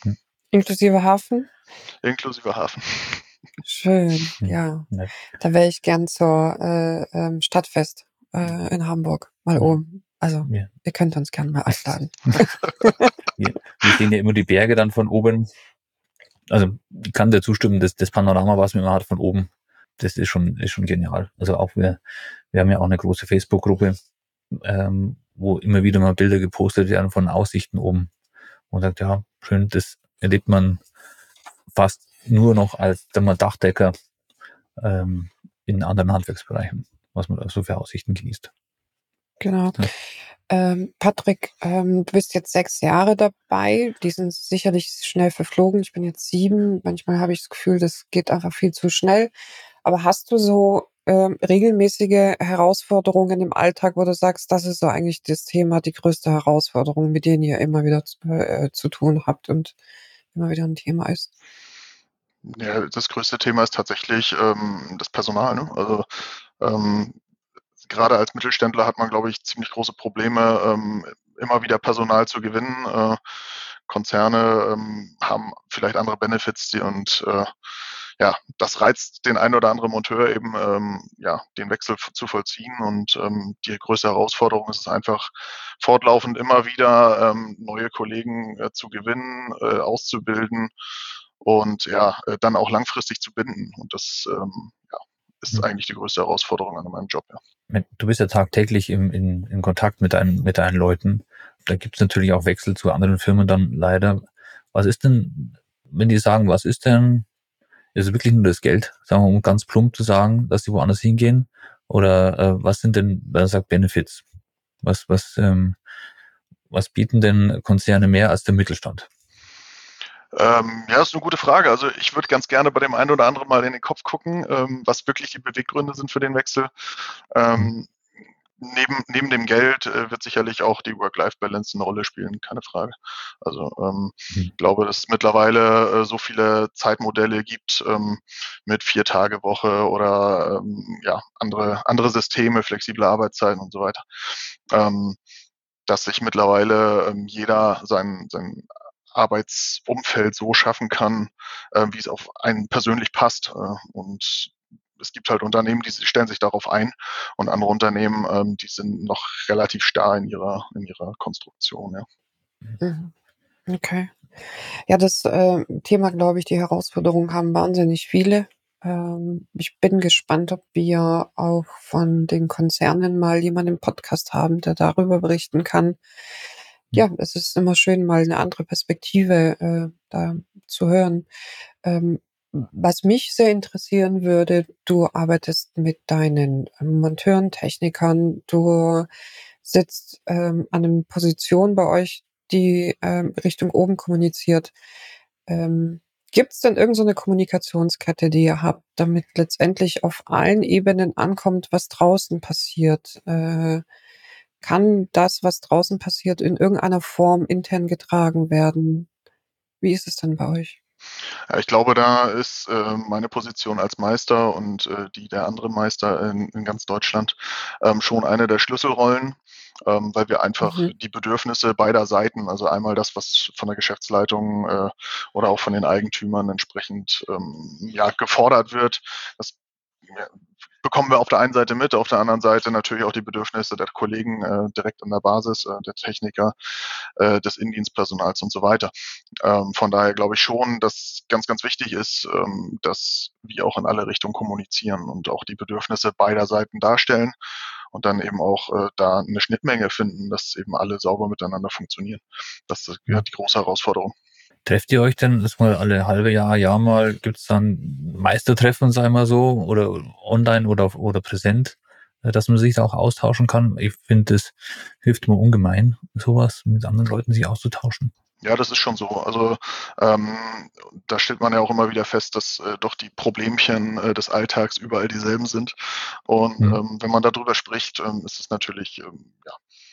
Inklusive Hafen? Inklusive Hafen. Schön, Hm, ja. nett. Da wäre ich gern zur äh, ähm, Stadtfest äh, in Hamburg mal Mhm. oben. Also, Ja. ihr könnt uns gern mal einladen. Wir, wir sehen ja immer die Berge dann von oben. Also ich kann dir zustimmen, das, das Panorama, was man immer hat von oben, das ist schon, ist schon genial. Also auch wir, wir haben ja auch eine große Facebook-Gruppe, ähm, wo immer wieder mal Bilder gepostet werden von Aussichten oben. Und sagt, ja, schön, das erlebt man fast nur noch als sagen wir, Dachdecker ähm, in anderen Handwerksbereichen, was man da so für Aussichten genießt. Genau. Ja. Ähm, Patrick, ähm, du bist jetzt sechs Jahre dabei. Die sind sicherlich schnell verflogen. Ich bin jetzt sieben. Manchmal habe ich das Gefühl, das geht einfach viel zu schnell. Aber hast du so ähm, regelmäßige Herausforderungen im Alltag, wo du sagst, das ist so eigentlich das Thema, die größte Herausforderung, mit denen ihr immer wieder zu, äh, zu tun habt und immer wieder ein Thema ist? Ja, das größte Thema ist tatsächlich ähm, das Personal. Ne? Also ähm, gerade als Mittelständler hat man, glaube ich, ziemlich große Probleme, ähm, immer wieder Personal zu gewinnen. Äh, Konzerne ähm, haben vielleicht andere Benefits die, und äh, ja, das reizt den einen oder anderen Monteur eben, ähm, ja, den Wechsel f- zu vollziehen. Und ähm, die größte Herausforderung ist es einfach, fortlaufend immer wieder ähm, neue Kollegen äh, zu gewinnen, äh, auszubilden und ja, äh, dann auch langfristig zu binden. Und das ähm, ja, ist eigentlich die größte Herausforderung an meinem Job. Ja. Du bist ja tagtäglich im, in, in Kontakt mit deinen, mit deinen Leuten. Da gibt es natürlich auch Wechsel zu anderen Firmen dann leider. Was ist denn, wenn die sagen, was ist denn, ist es wirklich nur das Geld, sagen wir, um ganz plump zu sagen, dass die woanders hingehen? Oder äh, was sind denn, wenn er sagt, Benefits? Was, was, ähm, was bieten denn Konzerne mehr als der Mittelstand? Ähm, ja, ist eine gute Frage. Also ich würde ganz gerne bei dem einen oder anderen mal in den Kopf gucken, ähm, was wirklich die Beweggründe sind für den Wechsel. Hm. Ähm, neben, neben dem Geld äh, wird sicherlich auch die Work-Life-Balance eine Rolle spielen, keine Frage. Also ähm, Hm. ich glaube, dass es mittlerweile äh, so viele Zeitmodelle gibt ähm, mit Vier-Tage-Woche oder ähm, ja, andere, andere Systeme, flexible Arbeitszeiten und so weiter. Ähm, dass sich mittlerweile ähm, jeder sein, sein Arbeitsumfeld so schaffen kann, äh, wie es auf einen persönlich passt. Äh, und es gibt halt Unternehmen, die stellen sich darauf ein und andere Unternehmen, ähm, die sind noch relativ starr in ihrer, in ihrer Konstruktion. Ja. Mhm. Okay. Ja, das äh, Thema, glaube ich, die Herausforderung haben wahnsinnig viele. Ähm, ich bin gespannt, ob wir auch von den Konzernen mal jemanden im Podcast haben, der darüber berichten kann. Ja, es ist immer schön, mal eine andere Perspektive äh, da zu hören. Ähm, was mich sehr interessieren würde, du arbeitest mit deinen ähm, Monteuren, Technikern, du sitzt ähm, an einer Position bei euch, die ähm, Richtung oben kommuniziert. Ähm, Gibt es denn irgend so 'ne Kommunikationskette, die ihr habt, damit letztendlich auf allen Ebenen ankommt, was draußen passiert? Äh, kann das, was draußen passiert, in irgendeiner Form intern getragen werden? Wie ist es denn bei euch? Ja, ich glaube, da ist äh, meine Position als Meister und äh, die der anderen Meister in, in ganz Deutschland ähm, schon eine der Schlüsselrollen, ähm, weil wir einfach Mhm. die Bedürfnisse beider Seiten, also einmal das, was von der Geschäftsleitung äh, oder auch von den Eigentümern entsprechend ähm, ja, gefordert wird, das ja, bekommen wir auf der einen Seite mit, auf der anderen Seite natürlich auch die Bedürfnisse der Kollegen äh, direkt an der Basis, äh, der Techniker, äh, des Indienstpersonals und so weiter. Ähm, von daher glaube ich schon, dass ganz, ganz wichtig ist, ähm, dass wir auch in alle Richtungen kommunizieren und auch die Bedürfnisse beider Seiten darstellen und dann eben auch äh, da eine Schnittmenge finden, dass eben alle sauber miteinander funktionieren. Das ist ja Hm. die große Herausforderung. Trefft ihr euch denn das mal alle halbe Jahr, Jahr mal? Gibt es dann Meistertreffen, sei mal so, oder online oder, oder präsent, äh, dass man sich da auch austauschen kann? Ich finde, das hilft mir ungemein, sowas mit anderen Leuten sich auszutauschen. Ja, das ist schon so. Also ähm, da stellt man ja auch immer wieder fest, dass äh, doch die Problemchen äh, des Alltags überall dieselben sind. Und Hm. ähm, wenn man darüber spricht, ähm, ist es natürlich ähm, ja,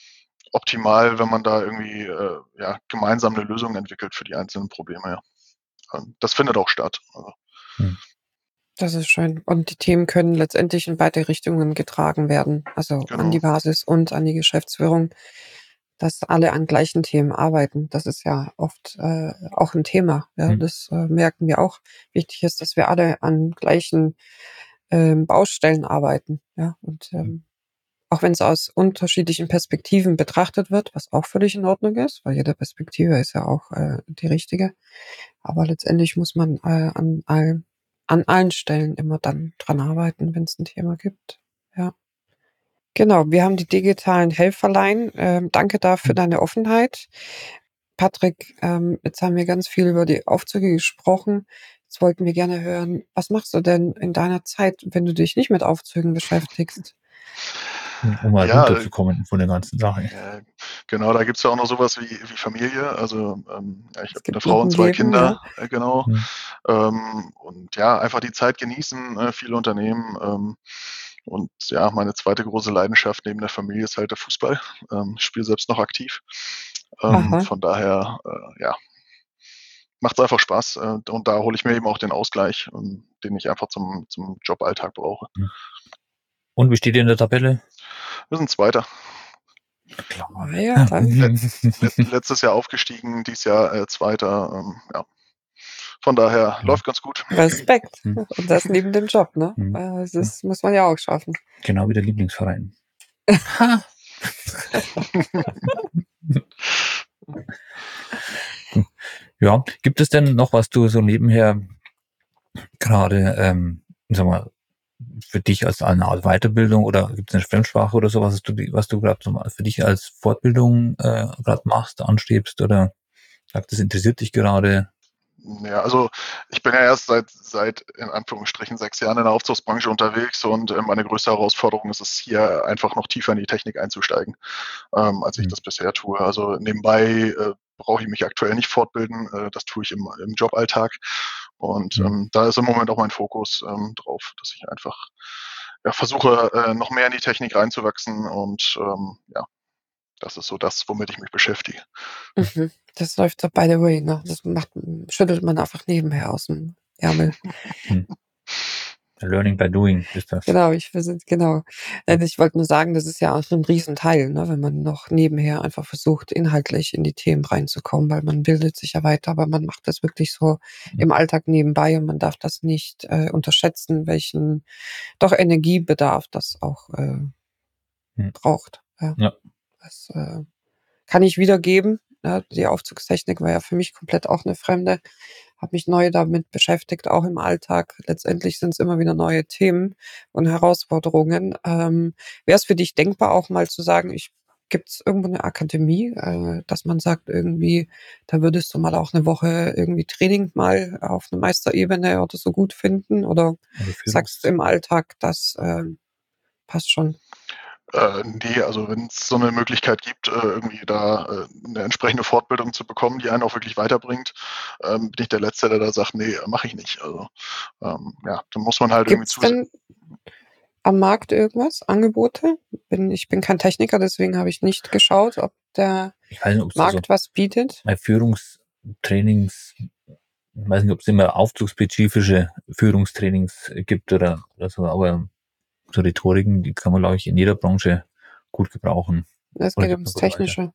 optimal, wenn man da irgendwie äh, ja, gemeinsam eine Lösung entwickelt für die einzelnen Probleme. Ja. Ähm, das findet auch statt. Also, Hm. Das ist schön. Und die Themen können letztendlich in beide Richtungen getragen werden, also an die genau. Basis und an die Geschäftsführung. dass alle an gleichen Themen arbeiten. Das ist ja oft äh, auch ein Thema. Ja, Hm. das äh, merken wir auch. Wichtig ist, dass wir alle an gleichen ähm, Baustellen arbeiten. Ja, und ähm, auch wenn es aus unterschiedlichen Perspektiven betrachtet wird, was auch völlig in Ordnung ist, weil jede Perspektive ist ja auch äh, die richtige. Aber letztendlich muss man äh, an, allen, an allen Stellen immer dann dran arbeiten, wenn es ein Thema gibt. Ja. Genau, wir haben die digitalen Helferlein. Ähm, danke da für Hm. deine Offenheit. Patrick, ähm, jetzt haben wir ganz viel über die Aufzüge gesprochen. Jetzt wollten wir gerne hören, was machst du denn in deiner Zeit, wenn du dich nicht mit Aufzügen beschäftigst? Um mal Ja, runterzukommen von der ganzen Sache. äh, genau, da gibt's ja auch noch sowas wie, wie Familie. Also ähm, ja, ich Es habe eine gibt Frau noch ein und zwei Leben, ja. Kinder, äh, genau. Hm. Ähm, und ja, einfach die Zeit genießen, äh, viele Unternehmen. Ähm, und ja, meine zweite große Leidenschaft neben der Familie ist halt der Fußball. Ähm, ich spiele selbst noch aktiv. Ähm, Aha. von daher, äh, ja, macht's einfach Spaß. Äh, und da hole ich mir eben auch den Ausgleich, ähm, den ich einfach zum, zum Joballtag brauche. Hm. Und wie steht ihr in der Tabelle? Wir sind Zweiter. Klar. Ah ja, dann. Let, letztes Jahr aufgestiegen, dieses Jahr äh, Zweiter. Ähm, ja. Von daher Ja. läuft ganz gut. Respekt. Hm. Und das neben dem Job, ne? Hm. Äh, Das muss man ja auch schaffen. Genau wie der Lieblingsverein. Ja, gibt es denn noch, was du so nebenher gerade, ähm, sag mal, für dich als eine Art Weiterbildung oder gibt es eine Fremdsprache oder sowas, was du, was du gerade so für dich als Fortbildung äh, gerade machst, anstrebst oder sagst, das interessiert dich gerade? Ja, also ich bin ja erst seit, seit in Anführungsstrichen sechs Jahren in der Aufzugsbranche unterwegs und äh, meine größte Herausforderung ist es hier einfach noch tiefer in die Technik einzusteigen, ähm, als ich Hm. das bisher tue. Also nebenbei äh, brauche ich mich aktuell nicht fortbilden, äh, das tue ich im, im Joballtag und Hm. ähm, da ist im Moment auch mein Fokus ähm, drauf, dass ich einfach ja, versuche, äh, noch mehr in die Technik reinzuwachsen und ähm, ja, das ist so das, womit ich mich beschäftige. Mhm. Das läuft so by the way, ne? Das macht, schüttelt man einfach nebenher aus dem Ärmel. Hm. Learning by doing ist das. Genau, ich wir genau. Nein, ich wollte nur sagen, das ist ja auch so ein Riesenteil, ne, wenn man noch nebenher einfach versucht, inhaltlich in die Themen reinzukommen, weil man bildet sich ja weiter, aber man macht das wirklich so Hm. im Alltag nebenbei und man darf das nicht äh, unterschätzen, welchen doch Energiebedarf das auch äh, Hm. braucht. Ja. Ja. Das äh, kann ich wiedergeben. Ne? Die Aufzugstechnik war ja für mich komplett auch eine Fremde. Habe mich neu damit beschäftigt, auch im Alltag. Letztendlich sind es immer wieder neue Themen und Herausforderungen. Ähm, Wäre es für dich denkbar, auch mal zu sagen, ich gibt es irgendwo eine Akademie, äh, dass man sagt, irgendwie, da würdest du mal auch eine Woche irgendwie Training mal auf einer Meisterebene oder so gut finden? Oder Also sagst du Führungs im Alltag, das ähm, passt schon? Äh, nee, also wenn es so eine Möglichkeit gibt, äh, irgendwie da äh, eine entsprechende Fortbildung zu bekommen, die einen auch wirklich weiterbringt, ähm, bin ich der Letzte, der da sagt, nee, mache ich nicht. Also ähm, ja, dann muss man halt irgendwie Gibt's zu. denn am Markt irgendwas, Angebote? Bin ich bin kein Techniker, deswegen habe ich nicht geschaut, ob der Ich weiß nicht, ob es also Markt was bietet. bei Führungstrainings, ich weiß nicht, ob es immer aufzugsspezifische Führungstrainings gibt oder, oder so, aber so Rhetoriken, die kann man, glaube ich, in jeder Branche gut gebrauchen. Es Oder geht gibt ums man gut weiter. Technische.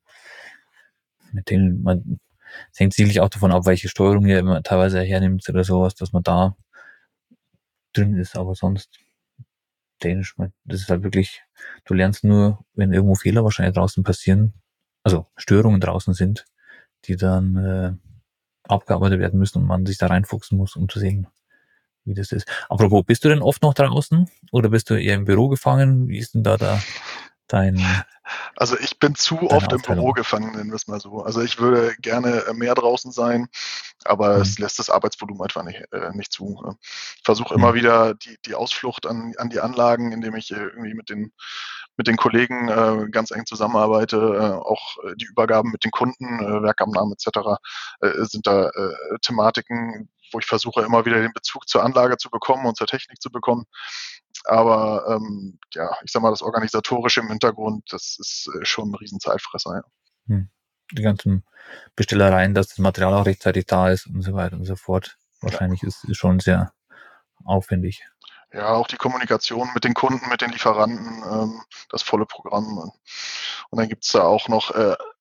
Mit denen man, es hängt sicherlich auch davon ab, welche Steuerung ihr immer teilweise hernimmt oder sowas, dass man da drin ist, aber sonst Dänisch, man, das ist halt wirklich, du lernst nur, wenn irgendwo Fehler wahrscheinlich draußen passieren, also Störungen draußen sind, die dann äh, abgearbeitet werden müssen und man sich da reinfuchsen muss, um zu sehen, wie das ist. Apropos, bist du denn oft noch draußen oder bist du eher im Büro gefangen? Wie ist denn da, da dein, Also ich bin zu deine oft im Büro Aufteilung? gefangen, nennen wir es mal so. Also ich würde gerne äh, mehr draußen sein, aber Hm. es lässt das Arbeitsvolumen einfach nicht, äh, nicht zu. Ich versuche Hm. immer wieder die, die Ausflucht an, an die Anlagen, indem ich äh, irgendwie mit den, mit den Kollegen äh, ganz eng zusammenarbeite, äh, auch äh, die Übergaben mit den Kunden, äh, Werkabnahmen et cetera, äh, sind da äh, Thematiken, wo ich versuche immer wieder den Bezug zur Anlage zu bekommen und zur Technik zu bekommen. Aber ähm, ja, ich sag mal, das Organisatorische im Hintergrund, das ist äh, schon ein Riesenzeitfresser. Ja. Hm. Die ganzen Bestellereien, dass das Material auch rechtzeitig da ist und so weiter und so fort. Wahrscheinlich ist, ist schon sehr aufwendig. Ja, auch die Kommunikation mit den Kunden, mit den Lieferanten, ähm, das volle Programm. Und dann gibt's da auch noch äh,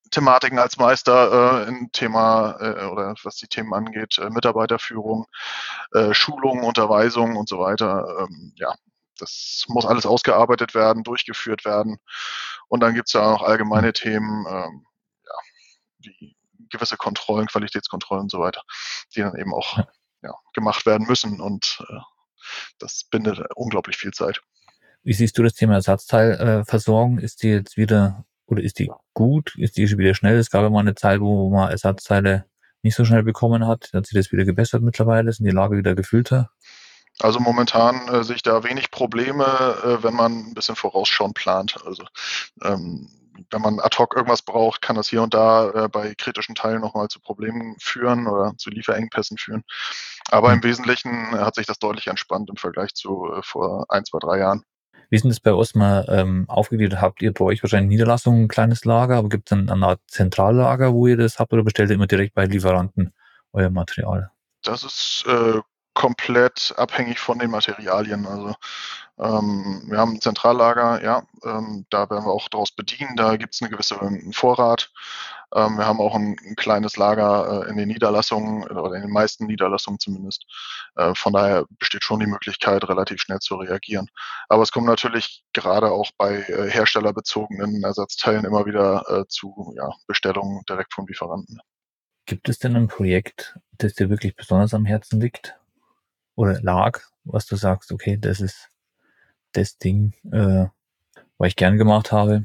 Thematiken als Meister äh, im Thema äh, oder was die Themen angeht, äh, Mitarbeiterführung, äh, Schulung, Unterweisung und so weiter. Ähm, ja, das muss alles ausgearbeitet werden, durchgeführt werden. Und dann gibt es ja auch noch allgemeine Themen, ähm, ja, wie gewisse Kontrollen, Qualitätskontrollen und so weiter, die dann eben auch Ja. ja, gemacht werden müssen. Und äh, das bindet unglaublich viel Zeit. Wie siehst du das Thema Ersatzteilversorgung? Ist die jetzt wieder, oder ist die gut? Ist die schon wieder schnell? Es gab ja mal eine Zeit, wo man Ersatzteile nicht so schnell bekommen hat. Hat sich das wieder gebessert mittlerweile? Sind die Lager wieder gefüllter? Also momentan äh, sehe ich da wenig Probleme, äh, wenn man ein bisschen vorausschauend plant. Also ähm, wenn man ad hoc irgendwas braucht, kann das hier und da äh, bei kritischen Teilen nochmal zu Problemen führen oder zu Lieferengpässen führen. Aber Hm. im Wesentlichen hat sich das deutlich entspannt im Vergleich zu äh, vor ein, zwei, drei Jahren. Wie ist denn das bei Osma ähm, aufgegliedert? Habt ihr bei euch wahrscheinlich Niederlassungen ein kleines Lager, aber gibt es dann eine Art Zentrallager, wo ihr das habt, oder bestellt ihr immer direkt bei Lieferanten euer Material? Das ist äh, komplett abhängig von den Materialien. Also ähm, wir haben ein Zentrallager, ja, ähm, da werden wir auch daraus bedienen. Da gibt es eine gewisse einen Vorrat. Ähm, wir haben auch ein, ein kleines Lager äh, in den Niederlassungen oder in den meisten Niederlassungen zumindest. Äh, von daher besteht schon die Möglichkeit, relativ schnell zu reagieren. Aber es kommt natürlich gerade auch bei äh, herstellerbezogenen Ersatzteilen immer wieder äh, zu ja, Bestellungen direkt vom Lieferanten. Gibt es denn ein Projekt, das dir wirklich besonders am Herzen liegt oder lag, was du sagst, okay, das ist das Ding, äh, was ich gern gemacht habe?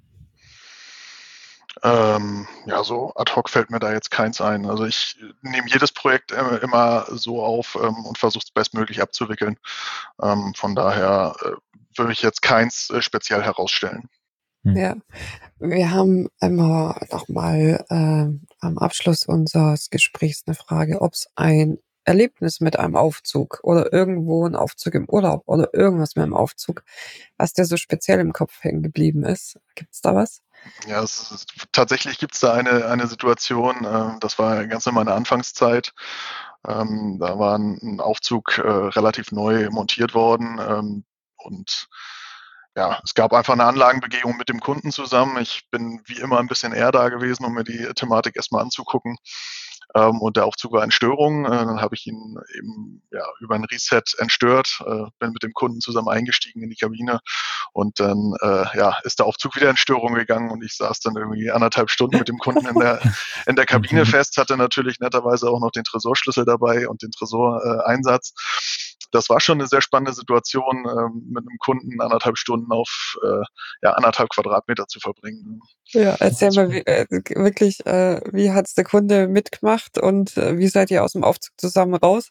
Ähm, ja, so ad hoc fällt mir da jetzt keins ein. Also ich nehme jedes Projekt äh, immer so auf ähm, und versuche es bestmöglich abzuwickeln. Ähm, von daher äh, würde ich jetzt keins äh, speziell herausstellen. Hm. Ja, wir haben immer noch mal äh, am Abschluss unseres Gesprächs eine Frage, ob es ein Erlebnis mit einem Aufzug oder irgendwo ein Aufzug im Urlaub oder irgendwas mit einem Aufzug, was dir so speziell im Kopf hängen geblieben ist. Gibt's da was? Ja, es ist, tatsächlich gibt es da eine, eine Situation, äh, das war ganz in meiner Anfangszeit. Ähm, da war ein, ein Aufzug äh, relativ neu montiert worden ähm, und ja, es gab einfach eine Anlagenbegehung mit dem Kunden zusammen. Ich bin wie immer ein bisschen eher da gewesen, um mir die Thematik erstmal anzugucken. Ähm, und der Aufzug war in Störung. Äh, dann habe ich ihn eben ja, über ein Reset entstört, äh, bin mit dem Kunden zusammen eingestiegen in die Kabine und dann äh, ja, ist der Aufzug wieder in Störung gegangen und ich saß dann irgendwie anderthalb Stunden mit dem Kunden in der, in der Kabine fest, hatte natürlich netterweise auch noch den Tresorschlüssel dabei und den Tresoreinsatz. Das war schon eine sehr spannende Situation, äh, mit einem Kunden anderthalb Stunden auf äh, ja, anderthalb Quadratmeter zu verbringen. Ja, erzähl mal, wie, äh, wirklich, äh, wie hat's der Kunde mitgemacht und äh, wie seid ihr aus dem Aufzug zusammen raus?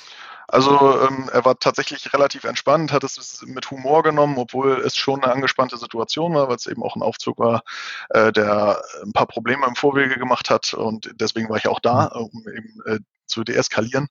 Also ähm, er war tatsächlich relativ entspannt, hat es mit Humor genommen, obwohl es schon eine angespannte Situation war, weil es eben auch ein Aufzug war, äh, der ein paar Probleme im Vorwege gemacht hat und deswegen war ich auch da, um eben äh, zu deeskalieren.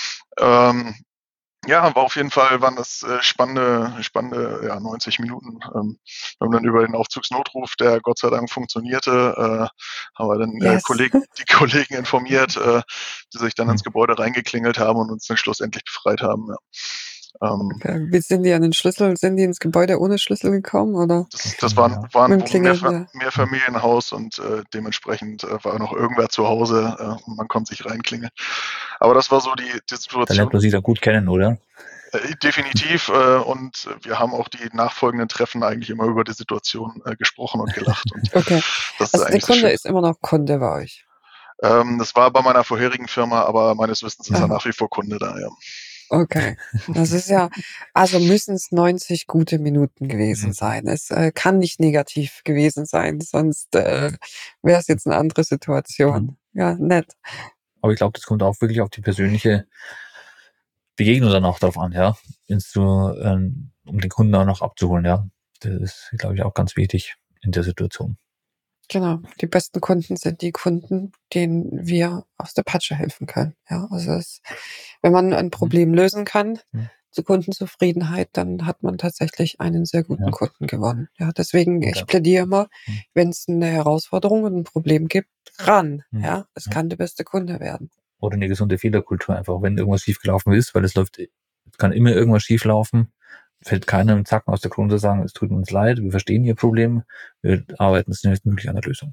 Ähm, Ja, war auf jeden Fall, waren das äh, spannende, spannende ja, neunzig Minuten. Ähm, wir haben dann über den Aufzugsnotruf, der Gott sei Dank funktionierte, äh, haben wir dann äh, Yes. Kolleg die Kollegen informiert, äh, die sich dann Hm. ins Gebäude reingeklingelt haben und uns dann schlussendlich befreit haben. Ja. Ähm, Okay. Wie sind die an den Schlüssel? Sind die ins Gebäude ohne Schlüssel gekommen oder das, das war, ein- war mit ein dem Klingeln? Mehrfa Ja. Mehrfamilienhaus und äh, dementsprechend äh, war noch irgendwer zu Hause äh, und man konnte sich reinklingeln. Aber das war so die, die Da Situation. lernt man sich da gut kennen, oder? Äh, Definitiv. Äh, und wir haben auch die nachfolgenden Treffen eigentlich immer über die Situation äh, gesprochen und gelacht. Und Okay. das ist Also der eigentlich das Kunde Schöne. ist immer noch Kunde bei euch. Ähm, das war bei meiner vorherigen Firma, aber meines Wissens ist er Ah. nach wie vor Kunde da, ja. Okay. Das ist ja, also müssen es neunzig gute Minuten gewesen sein. Es äh, kann nicht negativ gewesen sein, sonst äh, wäre es jetzt eine andere Situation. Ja, nett. Aber ich glaube, das kommt auch wirklich auf die persönliche Begegnung dann auch drauf an, ja. Wenn's du, ähm, um den Kunden auch noch abzuholen, ja. Das ist, glaube ich, auch ganz wichtig in der Situation. Genau. Die besten Kunden sind die Kunden, denen wir aus der Patsche helfen können. Ja, also es, wenn man ein Problem lösen kann, Mhm. zur Kundenzufriedenheit, dann hat man tatsächlich einen sehr guten Ja. Kunden gewonnen. Ja, deswegen, Okay. ich plädiere immer, Mhm. wenn es eine Herausforderung und ein Problem gibt, ran. Mhm. Ja, es Ja. kann der beste Kunde werden. Oder eine gesunde Fehlerkultur einfach, wenn irgendwas schiefgelaufen ist, weil es läuft, es kann immer irgendwas schieflaufen, fällt keiner im Zacken aus der Krone zu sagen, es tut uns leid, wir verstehen Ihr Problem, wir arbeiten schnellstmöglich an der Lösung.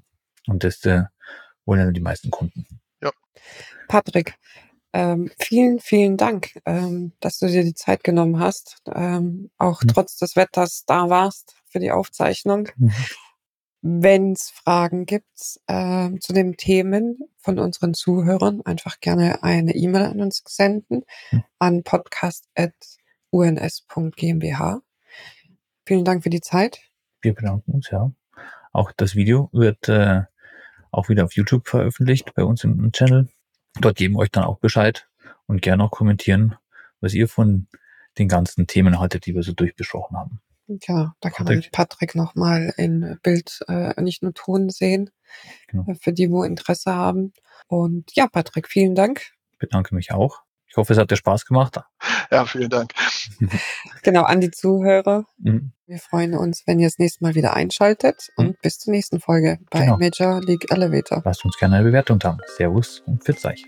Und das äh, wollen ja die meisten Kunden. Ja. Patrick, ähm, vielen, vielen Dank, ähm, dass du dir die Zeit genommen hast, ähm, auch Mhm. trotz des Wetters da warst für die Aufzeichnung. Mhm. Wenn es Fragen gibt ähm, zu den Themen von unseren Zuhörern, einfach gerne eine E-Mail an uns senden, Mhm. an podcast at u n s punkt g m b h. Vielen Dank für die Zeit. Wir bedanken uns, ja. Auch das Video wird äh, auch wieder auf YouTube veröffentlicht, bei uns im, im Channel. Dort geben wir euch dann auch Bescheid und gerne auch kommentieren, was ihr von den ganzen Themen haltet, die wir so durchbesprochen haben. Ja, da kann man Patrick. Patrick nochmal in Bild, äh, nicht nur Ton sehen, Genau. äh, für die, wo Interesse haben. Und ja, Patrick, vielen Dank. Ich bedanke mich auch. Ich hoffe, es hat dir Spaß gemacht. Ja, vielen Dank. Genau, an die Zuhörer. Mhm. Wir freuen uns, wenn ihr das nächste Mal wieder einschaltet. Und Mhm. bis zur nächsten Folge bei Genau. Major League Elevator. Lasst uns gerne eine Bewertung da. Servus und pfiat euch.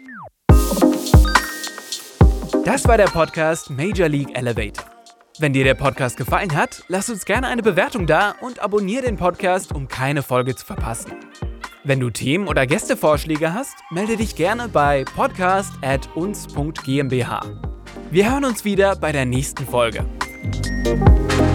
Das war der Podcast Major League Elevator. Wenn dir der Podcast gefallen hat, lass uns gerne eine Bewertung da und abonniere den Podcast, um keine Folge zu verpassen. Wenn du Themen oder Gästevorschläge hast, melde dich gerne bei podcast at uns punkt g m b h. Wir hören uns wieder bei der nächsten Folge.